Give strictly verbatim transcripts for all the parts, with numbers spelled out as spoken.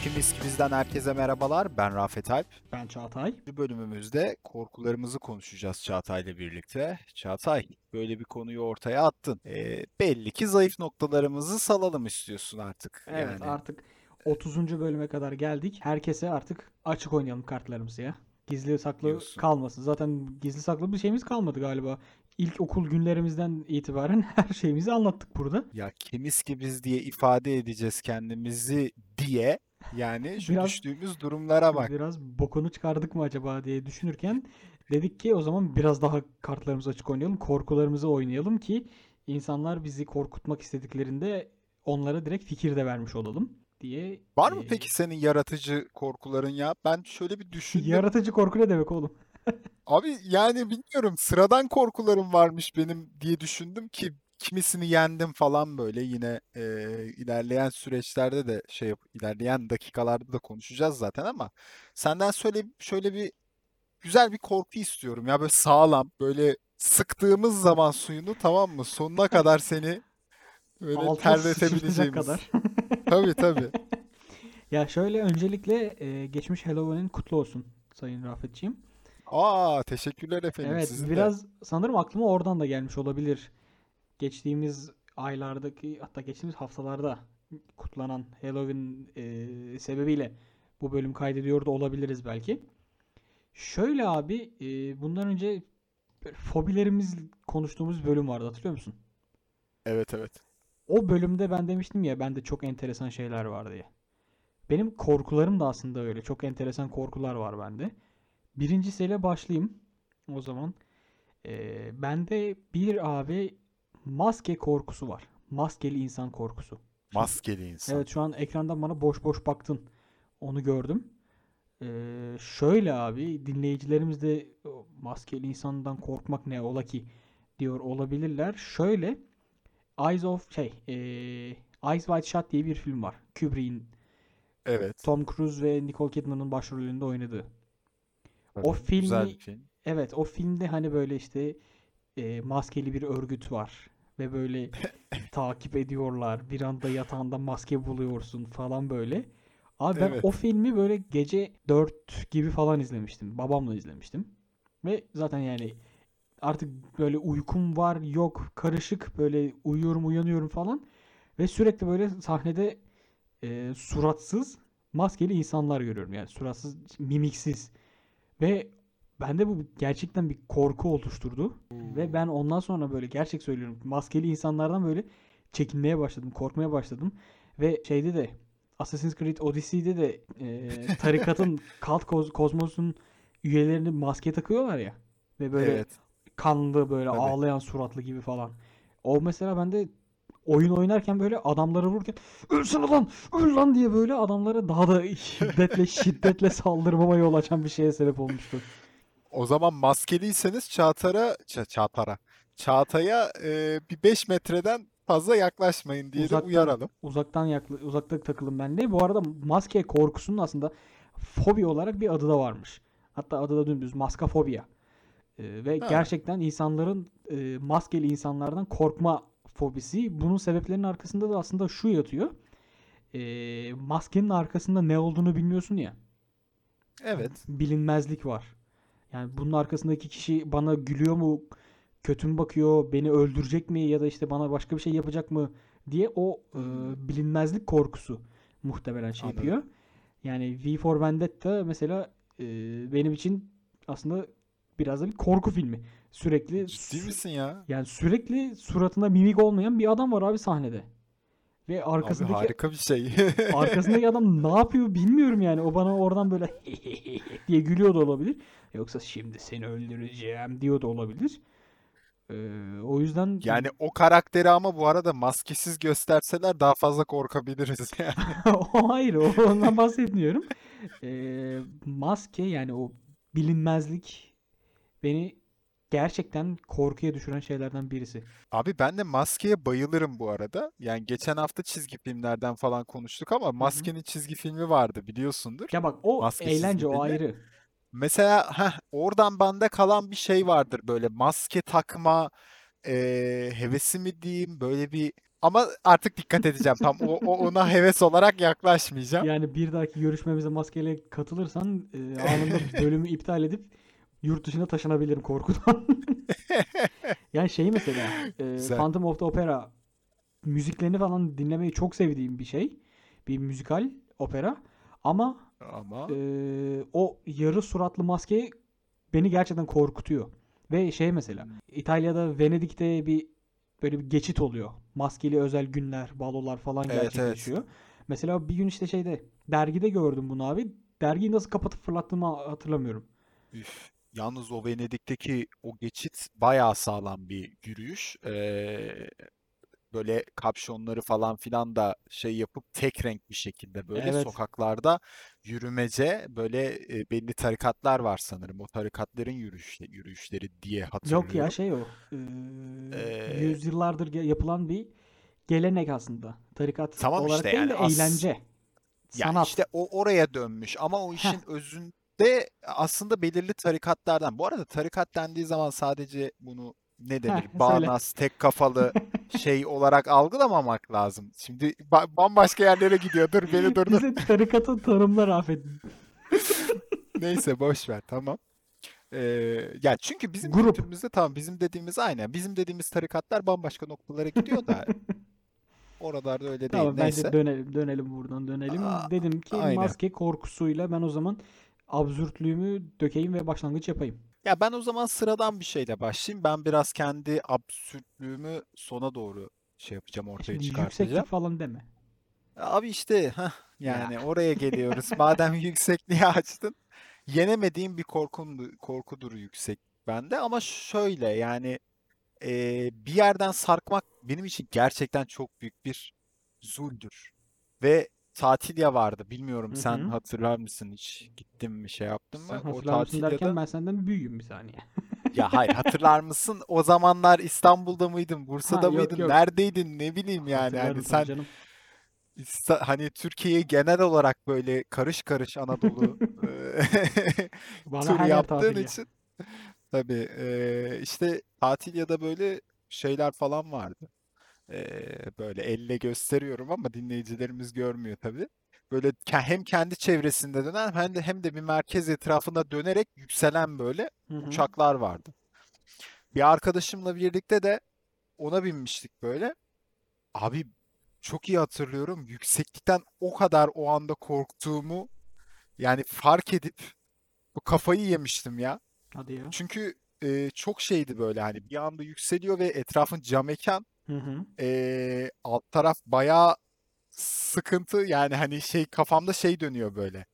Kim Riski Biz'den herkese merhabalar. Ben Rafet Alp. Ben Çağatay. Bu bölümümüzde korkularımızı konuşacağız Çağatay'la birlikte. Çağatay, böyle bir konuyu ortaya attın. Ee, belli ki zayıf noktalarımızı salalım istiyorsun artık. Evet, Yani artık otuzuncu bölüme kadar geldik. Herkese artık açık oynayalım kartlarımızı ya. Gizli saklı diyorsun. kalmasın. Zaten gizli saklı bir şeyimiz kalmadı galiba. İlk okul günlerimizden itibaren her şeyimizi anlattık burada. Ya kimiz ki biz diye ifade edeceğiz kendimizi diye. Yani şu Biraz düştüğümüz durumlara bak. biraz bokunu çıkardık mı acaba diye düşünürken dedik ki o zaman biraz daha kartlarımızı açık oynayalım. Korkularımızı oynayalım ki insanlar bizi korkutmak istediklerinde onlara direkt fikir de vermiş olalım diye. Var mı e, peki senin yaratıcı korkuların ya? Ben şöyle bir düşündüm. Yaratıcı korku ne demek oğlum? Abi yani bilmiyorum, sıradan korkularım varmış benim diye düşündüm ki kimisini yendim falan, böyle yine e, ilerleyen süreçlerde de şey yap, ilerleyen dakikalarda da konuşacağız zaten, ama senden şöyle şöyle bir güzel bir korku istiyorum ya, böyle sağlam, böyle sıktığımız zaman suyunu, tamam mı, sonuna kadar seni böyle Altına sıçırtacak terletebileceğimiz. kadar. Tabii tabii. Ya şöyle öncelikle e, geçmiş Halloween'in kutlu olsun Sayın Rafetciğim. Aa, teşekkürler efendim, Evet, sizin de. biraz sanırım aklıma oradan da gelmiş olabilir. Geçtiğimiz aylardaki, hatta geçtiğimiz haftalarda kutlanan Halloween e, sebebiyle bu bölüm kaydediyor da olabiliriz belki. Şöyle abi, e, bundan önce böyle fobilerimiz konuştuğumuz bölüm vardı, hatırlıyor musun? Evet evet. O bölümde ben demiştim ya, bende çok enteresan şeyler var diye. Benim korkularım da aslında öyle. Çok enteresan korkular var bende. Birincisiyle başlayayım o zaman. Ee, bende bir abi maske korkusu var. Maskeli insan korkusu. Şimdi Maskeli insan. evet, şu an ekrandan bana boş boş baktın. Onu gördüm. Ee, şöyle abi, dinleyicilerimiz de "O maskeli insandan korkmak ne ola ki" diyor olabilirler. Şöyle, Eyes of şey ee, Eyes Wide Shut diye bir film var. Kubrick'in, Evet. Tom Cruise ve Nicole Kidman'ın başrolünde oynadığı. O Tabii. Güzel filmi, bir film. evet, o filmde hani böyle işte e, maskeli bir örgüt var ve böyle takip ediyorlar. Bir anda yatağında maske buluyorsun falan böyle. Abi ben o Evet. filmi böyle gece dört gibi falan izlemiştim. Babamla izlemiştim. Ve zaten yani artık böyle uykum var yok karışık, böyle uyuyorum uyanıyorum falan. Ve sürekli böyle sahnede e, suratsız maskeli insanlar görüyorum. Yani suratsız, mimiksiz. Ve bende bu gerçekten bir korku oluşturdu. Ve ben ondan sonra böyle, gerçek söylüyorum, maskeli insanlardan böyle çekinmeye başladım, korkmaya başladım. Ve şeyde de, Assassin's Creed Odyssey'de de e, tarikatın, Kalt Koz- Kozmos'un üyelerini maske takıyorlar ya. Ve böyle Evet. kanlı, böyle Tabii. ağlayan suratlı gibi falan. O mesela bende oyun oynarken böyle adamları vururken "ölsene lan, öl lan" diye böyle adamlara daha da şiddetle şiddetle saldırmama yol açan bir şeye sebep olmuştu. O zaman maskeliyseniz Çağatay'a, Ça- Çağatay'a, Çağatay'a e, bir beş metreden fazla yaklaşmayın diye de Uzaktan uyaralım. uzaktan yakla, uzakta takılın bende. Bu arada maske korkusunun aslında fobi olarak bir adı da varmış. Hatta adı da dümdüz maskafobia. Ee, ve Ha, gerçekten insanların e, maskeli insanlardan korkma fobisi. Bunun sebeplerinin arkasında da aslında şu yatıyor. Ee, maskenin arkasında ne olduğunu bilmiyorsun ya. Yani evet. bilinmezlik var. Yani bunun arkasındaki kişi bana gülüyor mu, kötü mü bakıyor, beni öldürecek mi ya da işte bana başka bir şey yapacak mı diye o e, Hmm, bilinmezlik korkusu muhtemelen şey anladım. yapıyor. Yani V for Vendetta mesela e, benim için aslında biraz da bir korku filmi. Sürekli Ciddi su- misin ya? yani sürekli suratında mimik olmayan bir adam var abi sahnede. Ve Abi arkasındaki harika bir şey. arkasındaki adam ne yapıyor bilmiyorum yani. O bana oradan böyle diye gülüyor da olabilir. Yoksa "şimdi seni öldüreceğim" diyor da olabilir. Ee, o yüzden Yani o karakteri ama bu arada maskesiz gösterseler daha fazla korkabiliriz yani. o hayır, o- ondan bahsetmiyorum. Ee, maske, yani o bilinmezlik beni gerçekten korkuya düşüren şeylerden birisi. Abi ben de maskeye bayılırım bu arada. Yani geçen hafta çizgi filmlerden falan konuştuk ama Hı hı. Maske'nin çizgi filmi vardı, biliyorsundur. Ya bak, o Maske çizgi eğlence, o filmi. ayrı. Mesela heh, oradan bende kalan bir şey vardır, böyle maske takma eee, hevesi mi diyeyim, böyle bir Ama artık dikkat edeceğim. Tam o, o- ona heves olarak yaklaşmayacağım. Yani bir dahaki görüşmemize maskeyle katılırsan e, anında bölümü iptal edip yurt dışına taşınabilirim korkudan. Yani şey mesela e, Güzel. Phantom of the Opera müziklerini falan dinlemeyi çok sevdiğim bir şey. Bir müzikal opera. Ama Ama e, o yarı suratlı maske beni gerçekten korkutuyor. Ve şey mesela hmm, İtalya'da Venedik'te bir böyle bir geçit oluyor. Maskeli özel günler, balolar falan evet evet. gerçekleşiyor. Mesela bir gün işte şeyde dergide gördüm bunu abi. Dergiyi nasıl kapatıp fırlattığımı hatırlamıyorum. Üf. Yalnız o Venedik'teki o geçit bayağı sağlam bir yürüyüş. Ee, böyle kapşonları falan filan da şey yapıp tek renk bir şekilde böyle Evet. sokaklarda yürümece böyle e, belli tarikatlar var sanırım. O tarikatların yürüyüş, yürüyüşleri diye Yok ya hatırlıyorum. şey o. e, Ee, yüzyıllardır ge- yapılan bir gelenek aslında. Tarikat tamam olarak işte değil yani de as eğlence, ya sanat. işte o oraya dönmüş ama o Heh, işin özünde aslında belirli tarikatlardan. Bu arada tarikat dendiği zaman sadece bunu ne heh, denir? söyle. Bağnaz, tek kafalı şey olarak algılamamak lazım. Şimdi ba- bambaşka yerlere gidiyor. Dur beni durdur. Bize tarikatı tanımla Rafet. Neyse boş ver tamam. Ee, ya çünkü bizim Grup. kültürümüzde tamam bizim dediğimiz aynen. Bizim dediğimiz tarikatlar bambaşka noktalara gidiyor da oralarda öyle değil. Tamam bence Neyse. dönelim dönelim buradan Aa, dönelim. Dedim ki aynen. maske korkusuyla ben o zaman absürtlüğümü dökeyim ve başlangıç yapayım. Ya ben o zaman sıradan bir şeyle başlayayım. Ben biraz kendi absürtlüğümü sona doğru şey yapacağım, E ortaya şimdi yükseklik çıkartacağım. falan deme. Abi işte heh, Ya. yani oraya geliyoruz. Madem yüksekliği açtın, yenemediğim bir korkumdu, korkudur yüksek bende. Ama şöyle yani eee, bir yerden sarkmak benim için gerçekten çok büyük bir zuldür. Ve Tatilya vardı. Bilmiyorum Hı sen hı. hatırlar mısın hiç gittin mi şey yaptın Sen mı? O hatırlar mısın derken Tatilya'da ben senden büyüğüm bir saniye. ya hayır hatırlar mısın? O zamanlar İstanbul'da mıydın, Ha Bursa'da yok mıydın, yok. neredeydin ne bileyim yani. Hani Hatırlarım tabii sen canım. İsta- hani Türkiye'yi genel olarak böyle karış karış Anadolu eee, Bana tur her yer yaptığın tatil ya. için tabii eee, işte tatil ya da böyle şeyler falan vardı. Eee, böyle elle gösteriyorum ama dinleyicilerimiz görmüyor tabii. Böyle ke- hem kendi çevresinde dönen hem de hem de bir merkez etrafında dönerek yükselen böyle Hı hı. uçaklar vardı. Bir arkadaşımla birlikte de ona binmiştik böyle. Abi çok iyi hatırlıyorum. Yükseklikten o kadar o anda korktuğumu yani fark edip bu kafayı yemiştim ya. Hadi ya. Çünkü e, çok şeydi böyle hani bir anda yükseliyor ve etrafın cam mekan. Hı hı. E, alt taraf bayağı sıkıntı yani hani şey kafamda şey dönüyor böyle.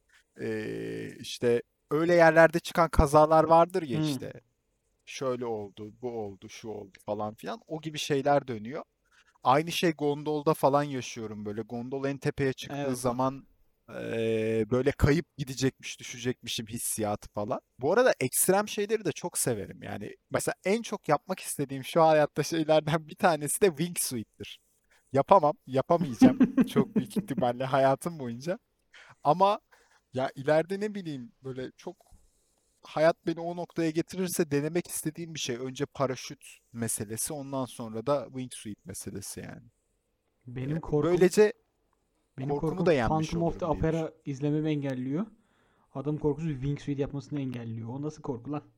E, işte öyle yerlerde çıkan kazalar vardır ya Hı. işte. Şöyle oldu, bu oldu, şu oldu falan filan. O gibi şeyler dönüyor. Aynı şey gondolda falan yaşıyorum böyle. Gondol en tepeye çıktığı Evet bak. zaman eee, böyle kayıp gidecekmiş, düşecekmişim hissiyatı falan. Bu arada ekstrem şeyleri de çok severim. Yani mesela en çok yapmak istediğim şu hayatta şeylerden bir tanesi de wingsuit'tir. Yapamam, yapamayacağım. Çok büyük ihtimalle hayatım boyunca. Ama ya ileride ne bileyim böyle çok hayat beni o noktaya getirirse denemek istediğim bir şey. Önce paraşüt meselesi, ondan sonra da wingsuit meselesi yani. E, Benim korkum Böylece benim korkumu korkum da yenmiş Phantom of the olurum diye Opera düşünüyorum. izlememi engelliyor. Adam korkusu wingsuit yapmasını engelliyor. O nasıl korku lan?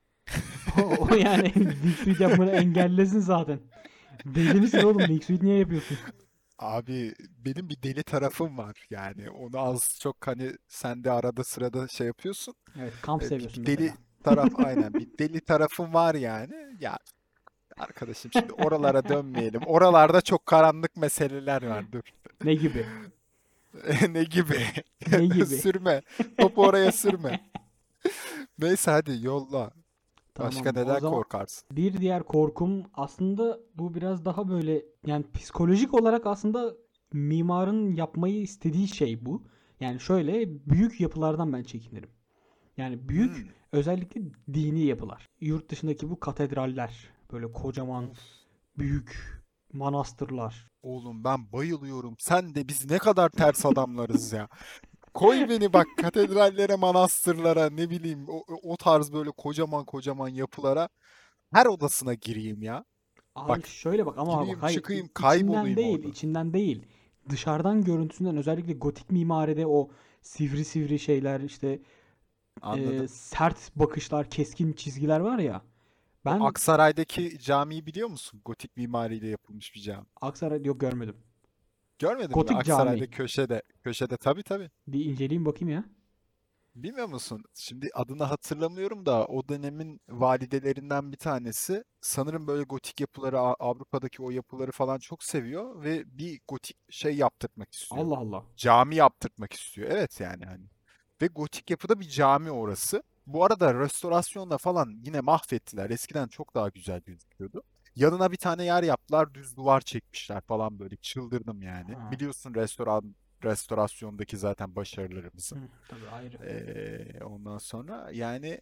O, o yani wingsuit yapmanı engellesin zaten. Deli misin oğlum? Wingsuit niye yapıyorsun? Abi benim bir deli tarafım var yani onu az çok hani sen de arada sırada şey yapıyorsun. Evet, kamp E, bir, seviyorsun bir deli mesela. taraf aynen bir deli tarafım var yani. Ya arkadaşım şimdi oralara dönmeyelim. Oralarda çok karanlık meseleler var dur. Ne gibi? Ne gibi? Ne gibi? Sürme. Topu oraya sürme. Neyse hadi yolla. Başka Tamam. O neden zaman korkarsın? bir diğer korkum aslında bu biraz daha böyle yani psikolojik olarak aslında mimarın yapmayı istediği şey bu. Yani şöyle büyük yapılardan ben çekinirim. Yani büyük Hmm. özellikle dini yapılar. Yurt dışındaki bu katedraller, böyle kocaman Of. büyük manastırlar. Oğlum ben bayılıyorum. Sen de biz ne kadar ters adamlarız ya. Koy beni bak katedrallere, manastırlara, ne bileyim o, o tarz böyle kocaman kocaman yapılara. Her odasına gireyim ya. Abi Bak, şöyle bak ama bak gireyim hayır i- çıkayım içinden kaybolayım değil orada. içinden değil. Dışarıdan görüntüsünden özellikle gotik mimaride o sivri sivri şeyler işte e, Anladım. sert bakışlar, keskin çizgiler var ya. Bu Ben Aksaray'daki camiyi biliyor musun? Gotik mimariyle yapılmış bir cami. Aksaray yok görmedim. Görmedin mi? Gotik cami. Aksaray'da köşede. Köşede, tabii tabii. Bir inceleyeyim bakayım ya. Bilmiyor musun? Şimdi adını hatırlamıyorum da o dönemin validelerinden bir tanesi sanırım böyle gotik yapıları, A- Avrupa'daki o yapıları falan çok seviyor ve bir gotik şey yaptırtmak istiyor. Allah Allah. Cami yaptırtmak istiyor. Evet, yani hani. Ve gotik yapıda bir cami orası. Bu arada restorasyonla falan yine mahvettiler. Eskiden çok daha güzel gözüküyordu. Yanına bir tane yer yaptılar, düz duvar çekmişler falan böyle. Çıldırdım yani. Ha. Biliyorsun restoran restorasyondaki zaten başarılarımızı. Hı, tabii ayrı. Ee, ondan sonra yani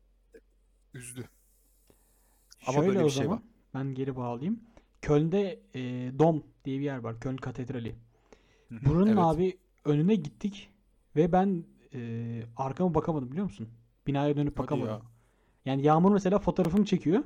üzdü. Ama Şöyle böyle o bir şey var. zaman ben geri bağlayayım. Köln'de e, Dom diye bir yer var. Köln Katedrali. Hı hı, Buranın evet. abi önüne gittik ve ben e, arkama bakamadım biliyor musun? Binaya dönüp Hadi bakamadım. ya. Yani Yağmur mesela fotoğrafımı çekiyor.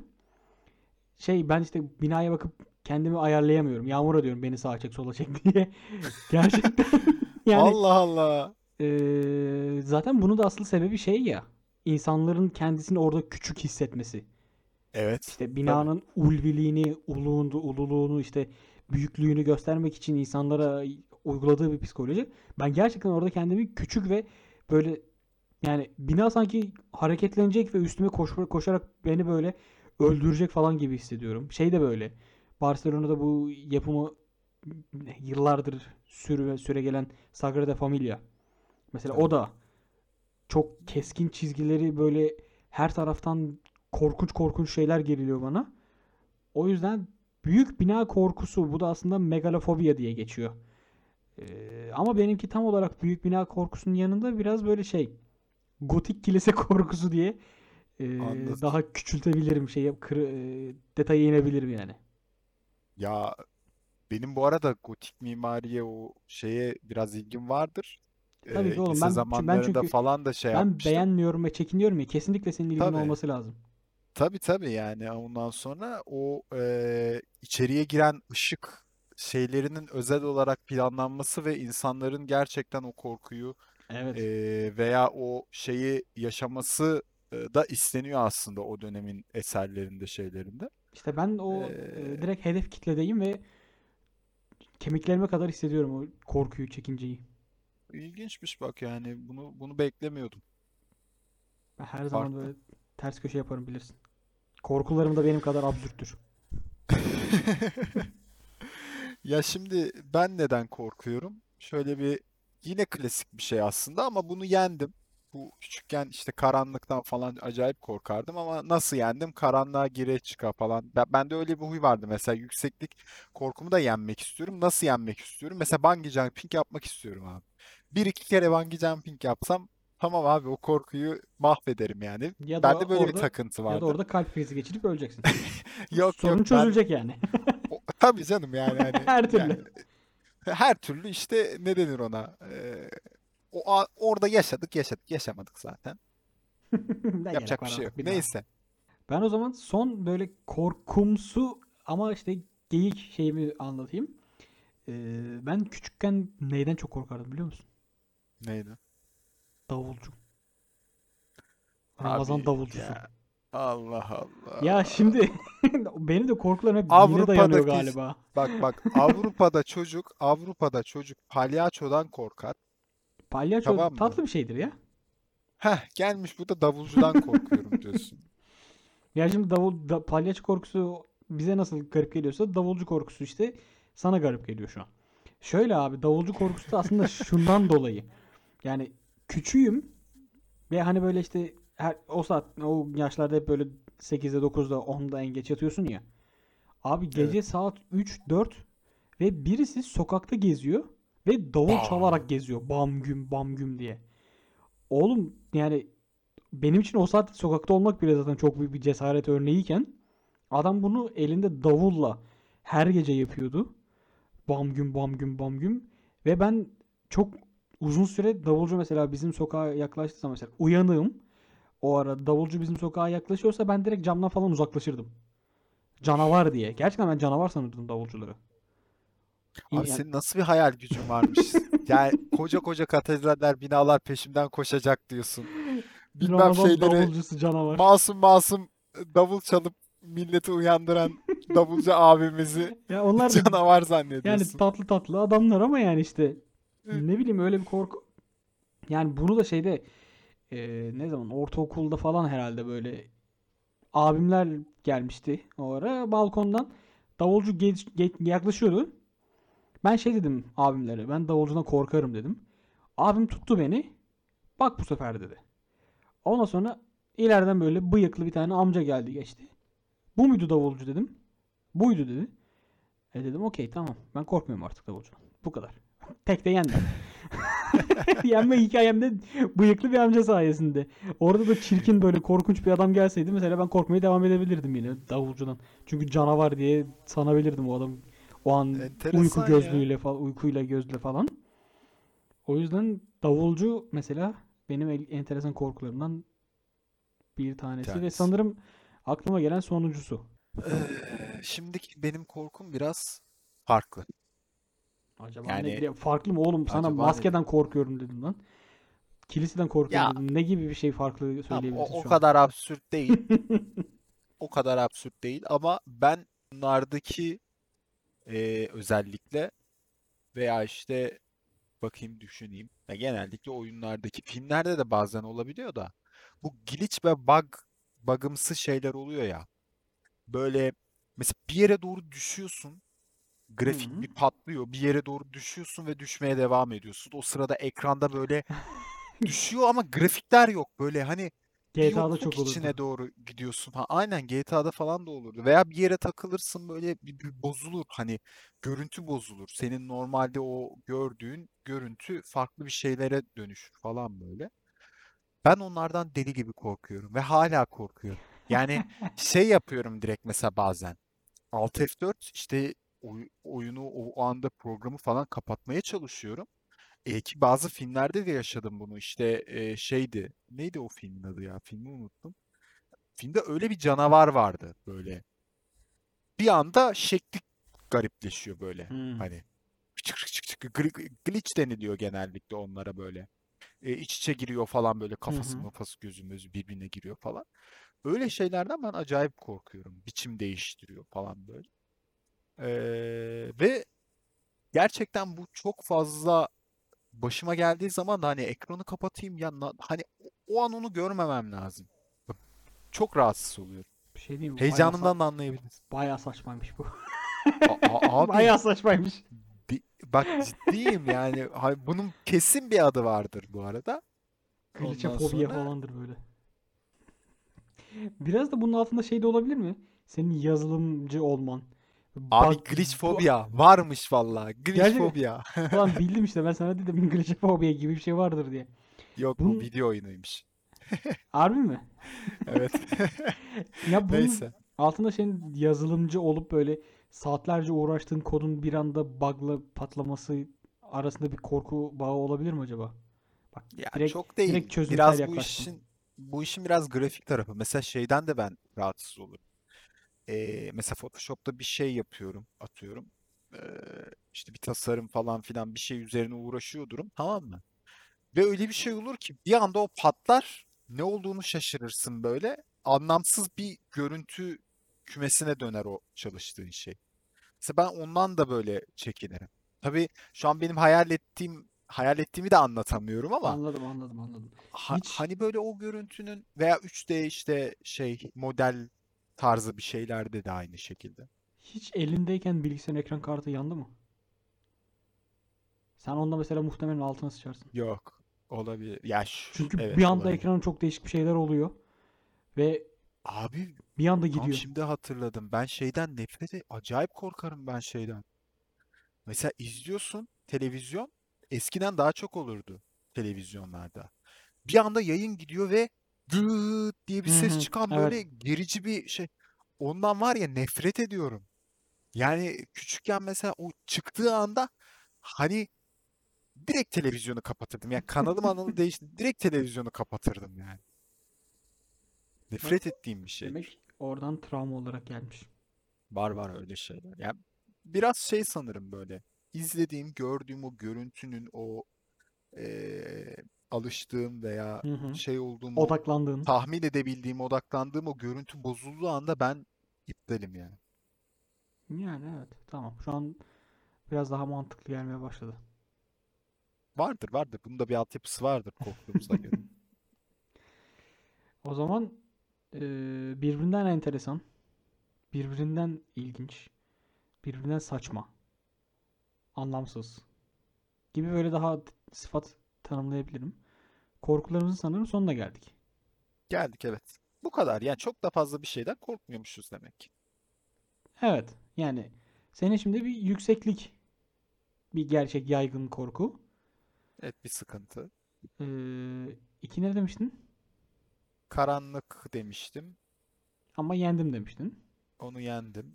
Şey ben işte binaya bakıp kendimi ayarlayamıyorum. Yağmur'a diyorum beni sağa çek sola çek diye. Gerçekten yani Allah Allah. e, zaten bunun da asıl sebebi şey ya. İnsanların kendisini orada küçük hissetmesi. Evet. İşte Tabii. binanın ulviliğini, uluğunu, ululuğunu işte büyüklüğünü göstermek için insanlara uyguladığı bir psikoloji. Ben gerçekten orada kendimi küçük ve böyle yani bina sanki hareketlenecek ve üstüme koş, koşarak beni böyle öldürecek falan gibi hissediyorum. Şey de böyle. Barcelona'da bu yapımı yıllardır süre, süre gelen Sagrada Familia. Mesela o Tabii. da çok keskin çizgileri böyle her taraftan korkunç korkunç şeyler geliyor bana. O yüzden büyük bina korkusu bu da aslında megalofobia diye geçiyor. Ee, ama benimki tam olarak büyük bina korkusunun yanında biraz böyle şey gotik kilise korkusu diye e, Anladım. daha küçültebilirim şey kır, e, detaya inebilirim yani. Ya benim bu arada gotik mimariye, o şeye biraz ilgim vardır. Tabii ki Ee, oğlum lise ben ben zamanlarında çünkü falan da şey ben yapmıştım. beğenmiyorum ve çekiniyorum ya kesinlikle senin ilgin Tabii. olması lazım. Tabii tabii, yani ondan sonra o e, içeriye giren ışık şeylerinin özel olarak planlanması ve insanların gerçekten o korkuyu e, Evet. veya o şeyi yaşaması e, da isteniyor aslında o dönemin eserlerinde, şeylerinde. İşte ben E, o e, direkt hedef kitledeyim ve kemiklerime kadar hissediyorum o korkuyu, çekinceyi. ilginçmiş bak, yani bunu bunu beklemiyordum. Ben her zaman Farklı. böyle ters köşe yaparım bilirsin. Korkularım da benim kadar absürttür. Ya şimdi ben neden korkuyorum? Şöyle bir, yine klasik bir şey aslında ama bunu yendim. Bu küçükken işte karanlıktan falan acayip korkardım ama nasıl yendim? Karanlığa gire çıka falan. Ben, bende öyle bir huy vardı mesela, yükseklik korkumu da yenmek istiyorum. Nasıl yenmek istiyorum? Mesela bungee jumping yapmak istiyorum abi. Bir iki kere bungee jumping yapsam tamam abi, o korkuyu mahvederim yani. Ya da Bende böyle bir orada takıntı ya da vardı. orada kalp krizi geçirip öleceksin. Yok yok, Sorun ben çözülecek yani. o, tabii canım, yani hani Her yani türlü. her türlü işte, ne denir ona? Ee, o a- orada yaşadık yaşadık yaşamadık zaten. Ne gerek Yapacak bir var şey yok. artık bir daha. Neyse. Ben o zaman son böyle korkumsu ama işte geyik şeyimi anlatayım. Ee, ben küçükken neyden çok korkardım biliyor musun? Neydi? Davulcu. Ramazan Abi davulcusu. ya, Allah Ya şimdi Allah. benim de korkularım hep dine dayanıyor Avrupa'daki, galiba. bak bak, Avrupa'da çocuk Avrupa'da çocuk palyaçodan korkar. Palyaço Tamam mı? tatlı bir şeydir ya. Heh, gelmiş bu da davulcudan korkuyorum diyorsun. Ya şimdi davul da, palyaço korkusu bize nasıl garip geliyorsa davulcu korkusu işte sana garip geliyor şu an. Şöyle abi davulcu korkusu da aslında şundan dolayı. Yani küçüğüm ve hani böyle işte her, o saat o yaşlarda hep böyle sekizde dokuzda onda en geç yatıyorsun ya. Abi Evet. gece saat üç dört ve birisi sokakta geziyor ve davul Bam. çalarak geziyor. Bam güm bam güm diye. Oğlum yani benim için o saatte sokakta olmak bile zaten çok büyük bir cesaret örneğiyken adam bunu elinde davulla her gece yapıyordu. Bam güm bam güm bam güm. Ve ben çok uzun süre davulcu mesela bizim sokağa yaklaştığı zaman mesela uyanığım. O ara davulcu bizim sokağa yaklaşıyorsa ben direkt camdan falan uzaklaşırdım. Canavar diye. Gerçekten ben canavar sanıyordum davulcuları. İn- Abi Yani senin nasıl bir hayal gücün varmış? Yani koca koca katedraller, binalar peşimden koşacak diyorsun. Bilmem Ramazan şeyleri davulcusu canavar. masum masum davul çalıp milleti uyandıran davulcu abimizi Ya onlar da canavar yani zannediyorsun. tatlı tatlı adamlar ama yani işte Hı. ne bileyim öyle bir korku. Yani bunu da şeyde e, ne zaman ortaokulda falan herhalde böyle abimler gelmişti o ara balkondan. Davulcu geç- ge- yaklaşıyordu. Ben şey dedim abimlere. Ben davulcudan korkarım dedim. Abim tuttu beni. Bak bu sefer dedi. Ondan sonra ileriden böyle bıyıklı bir tane amca geldi geçti. Bu muydu davulcu dedim. Buydu dedi. E dedim okey tamam. Ben korkmuyorum artık davulcudan. Bu kadar. Tek de yendim. Yenme hikayem de bıyıklı bir amca sayesinde. Orada da çirkin böyle korkunç bir adam gelseydi mesela ben korkmaya devam edebilirdim yine davulcudan. Çünkü canavar diye sanabilirdim o adam o an uyku Enteresan ya. gözlüğüyle falan uykuyla gözle falan. O yüzden davulcu mesela benim el- enteresan korkularımdan bir Bir tanesi ve tanesi. sanırım aklıma gelen sonuncusu. Eee, şimdiki benim korkum biraz farklı. Acaba Yani nedir ya? Farklı mı oğlum? Sana acaba nedir? maskeden korkuyorum dedim lan. Kiliseden korkuyorum Ya dedim. Ne gibi bir şey farklı tam söyleyebilirsin o, o şu an? kadar absürt değil. O kadar absürt değil ama ben bunlardaki eee, özellikle veya işte bakayım düşüneyim. Ya genellikle oyunlardaki filmlerde de bazen olabiliyor da bu glitch ve bug bug'ımsı şeyler oluyor ya. Böyle mesela bir yere doğru düşüyorsun. Grafik Hı. bir patlıyor. Bir yere doğru düşüyorsun ve düşmeye devam ediyorsun. O sırada ekranda böyle düşüyor ama grafikler yok. Böyle hani bir G T A'da yokluk çok olurdu. içine doğru gidiyorsun. Ha, aynen G T A'da falan da olurdu. Veya bir yere takılırsın böyle bir, bir bozulur. Hani görüntü bozulur. Senin normalde o gördüğün görüntü farklı bir şeylere dönüşür falan böyle. Ben onlardan deli gibi korkuyorum ve hala korkuyorum. Yani şey yapıyorum direkt mesela bazen. Alt F dört işte oy- oyunu o anda programı falan kapatmaya çalışıyorum. E, ki bazı filmlerde de yaşadım bunu. İşte e, şeydi. Neydi o filmin adı ya? Filmi unuttum. Filmde öyle bir canavar vardı böyle. Bir anda şekli garipleşiyor böyle. Hmm. Hani çık çık çık çık gl- glitch deniliyor genellikle onlara böyle. E, iç içe giriyor falan böyle Hı kafası hı. mafası gözü mözü birbirine giriyor falan. Öyle şeylerden ben acayip korkuyorum. Biçim değiştiriyor falan böyle. E, ve gerçekten bu çok fazla başıma geldiği zaman da hani ekranı kapatayım ya na- hani o, o an onu görmemem lazım. Bak, çok rahatsız oluyorum. Bir şey diyeyim mi? Bayağı, sa- Heyecanımdan da anlayabilirsin. bayağı saçmaymış bu. A- a- abi Bayağı saçmaymış. bi- bak ciddiyim yani ha- bunun kesin bir adı vardır bu arada. Ondan Glitch'e sonra falandır böyle. Biraz da bunun altında şey de olabilir mi? Senin yazılımcı olman. abi Bug, glitch bu, fobia varmış vallahi. Glitch gerçek fobia. ulan bildim işte ben sana dedim glitch'e gibi bir şey vardır diye. Yok bu Bunun video oyunuymuş. harbi mi? Evet. Ya bunun Neyse. altında senin yazılımcı olup böyle saatlerce uğraştığın kodun bir anda bug'la patlaması arasında bir korku bağı olabilir mi acaba? Bak Ya direkt çok direkt değil. çözümsel Biraz bu yaklaştım. işin bu işin biraz grafik tarafı. Mesela şeyden de ben rahatsız olurum. Ee, mesela Photoshop'ta bir şey yapıyorum, atıyorum. Ee, işte bir tasarım falan filan bir şey üzerine uğraşıyor durum, tamam mı? Ve öyle bir şey olur ki bir anda o patlar, ne olduğunu şaşırırsın böyle. Anlamsız bir görüntü kümesine döner o çalıştığın şey. Mesela ben ondan da böyle çekinirim. Tabii şu an benim hayal ettiğim hayal ettiğimi de anlatamıyorum ama Anladım anladım anladım. ha- Hiç hani böyle o görüntünün veya üç D işte şey model tarzı bir şeylerde de aynı şekilde. hiç elindeyken bilgisayarın ekran kartı yandı mı? Sen onda mesela muhtemelen altına sıçarsın. Yok. Olabilir. Ya şu- Çünkü bir evet anda olabilir. ekranın çok değişik bir şeyler oluyor ve Abi bir anda tam gidiyor. şimdi hatırladım. Ben şeyden nefret e- acayip korkarım ben şeyden. Mesela izliyorsun televizyon eskiden daha çok olurdu televizyonlarda. Bir anda yayın gidiyor ve gıt diye bir Hı ses hı. çıkan böyle Evet. gerici bir şey. Ondan var ya nefret ediyorum. Yani küçükken mesela o çıktığı anda hani direkt televizyonu kapatırdım. Yani kanalı manalı değişti. Direkt televizyonu kapatırdım yani. Bak Nefret ettiğim bir şey. demek oradan travma olarak gelmiş. Var var öyle şeyler. Ya biraz şey sanırım böyle. İzlediğim, gördüğüm o görüntünün o eee, alıştığım veya Hı hı. şey olduğumu Odaklandığın. tahmin edebildiğim, odaklandığım o görüntü bozulduğu anda ben iptalim yani. Yani evet. Tamam. Şu an biraz daha mantıklı gelmeye başladı. Vardır vardır. Bunda bir altyapısı vardır korktuğumuza göre. O zaman eee, birbirinden enteresan, birbirinden ilginç, birbirinden saçma, anlamsız gibi böyle daha t- sıfat tanımlayabilirim. Korkularımızın sanırım sonuna geldik. Geldik evet. Bu kadar. Yani çok da fazla bir şeyden korkmuyormuşuz demek. Evet. Yani senin şimdi bir yükseklik, bir gerçek yaygın korku. Evet bir sıkıntı. Ee, iki ne demiştin? Karanlık demiştim. Ama yendim demiştin. Onu yendim.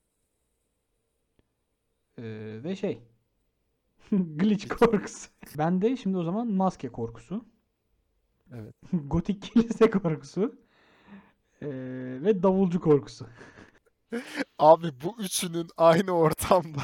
Ee, ve şey, glitch Hiç. korkusu. Ben de şimdi o zaman maske korkusu, Evet. gotik kilise korkusu ee, ve davulcu korkusu. Abi bu üçünün aynı ortamda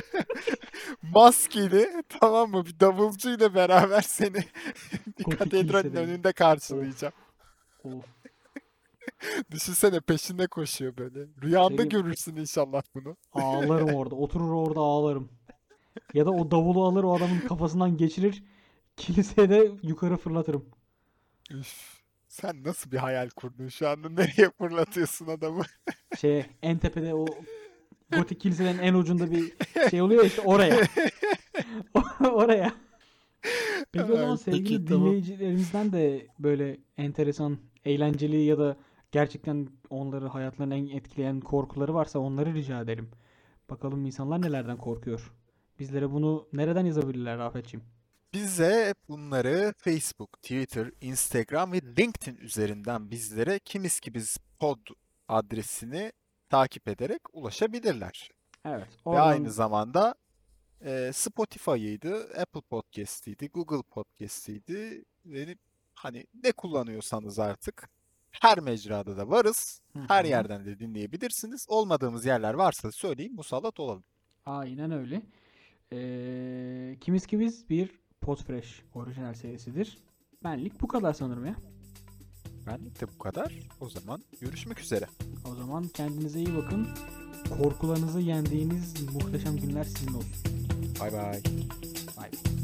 maskeli tamam mı bir davulcuyla beraber seni bir Gotik katedralin kilisedeyim. önünde Of, karşılayacağım. of. Düşünsene peşinde koşuyor böyle. Bir şey Rüyanda diyeyim, görürsün inşallah bunu. ağlarım orada. Oturur orada ağlarım. Ya da o davulu alır o adamın kafasından geçirir. Kiliseye de yukarı fırlatırım. Üf. Sen nasıl bir hayal kurdun şu anda? Nereye fırlatıyorsun adamı? Şeye en tepede o gotik kilisenin en ucunda bir şey oluyor ya, işte oraya. Oraya. Peki o zaman Ay, peki sevgili tamam. dinleyicilerimizden de böyle enteresan, eğlenceli ya da gerçekten onları hayatlarını en etkileyen korkuları varsa onları rica edelim. Bakalım insanlar nelerden korkuyor. Bizlere bunu nereden yazabilirler Rafetciğim? Bize bunları Facebook, Twitter, Instagram ve LinkedIn üzerinden bizlere Kimiz ki biz pod adresini takip ederek ulaşabilirler. Evet, Ve aynı oradan zamanda e, Spotify'ıydı, Apple Podcast'iydi, Google Podcast'iydi ve hani ne kullanıyorsanız artık her mecrada da varız. hı Her hı, yerden de dinleyebilirsiniz. Olmadığımız yerler varsa söyleyin musallat olalım. aynen öyle. Ee, Kimiz ki biz bir Podfresh orijinal serisidir. Benlik bu kadar sanırım ya. Benlik de bu kadar. O zaman görüşmek üzere. O zaman kendinize iyi bakın. Korkularınızı yendiğiniz muhteşem günler sizin olsun. Bay bay. Bye.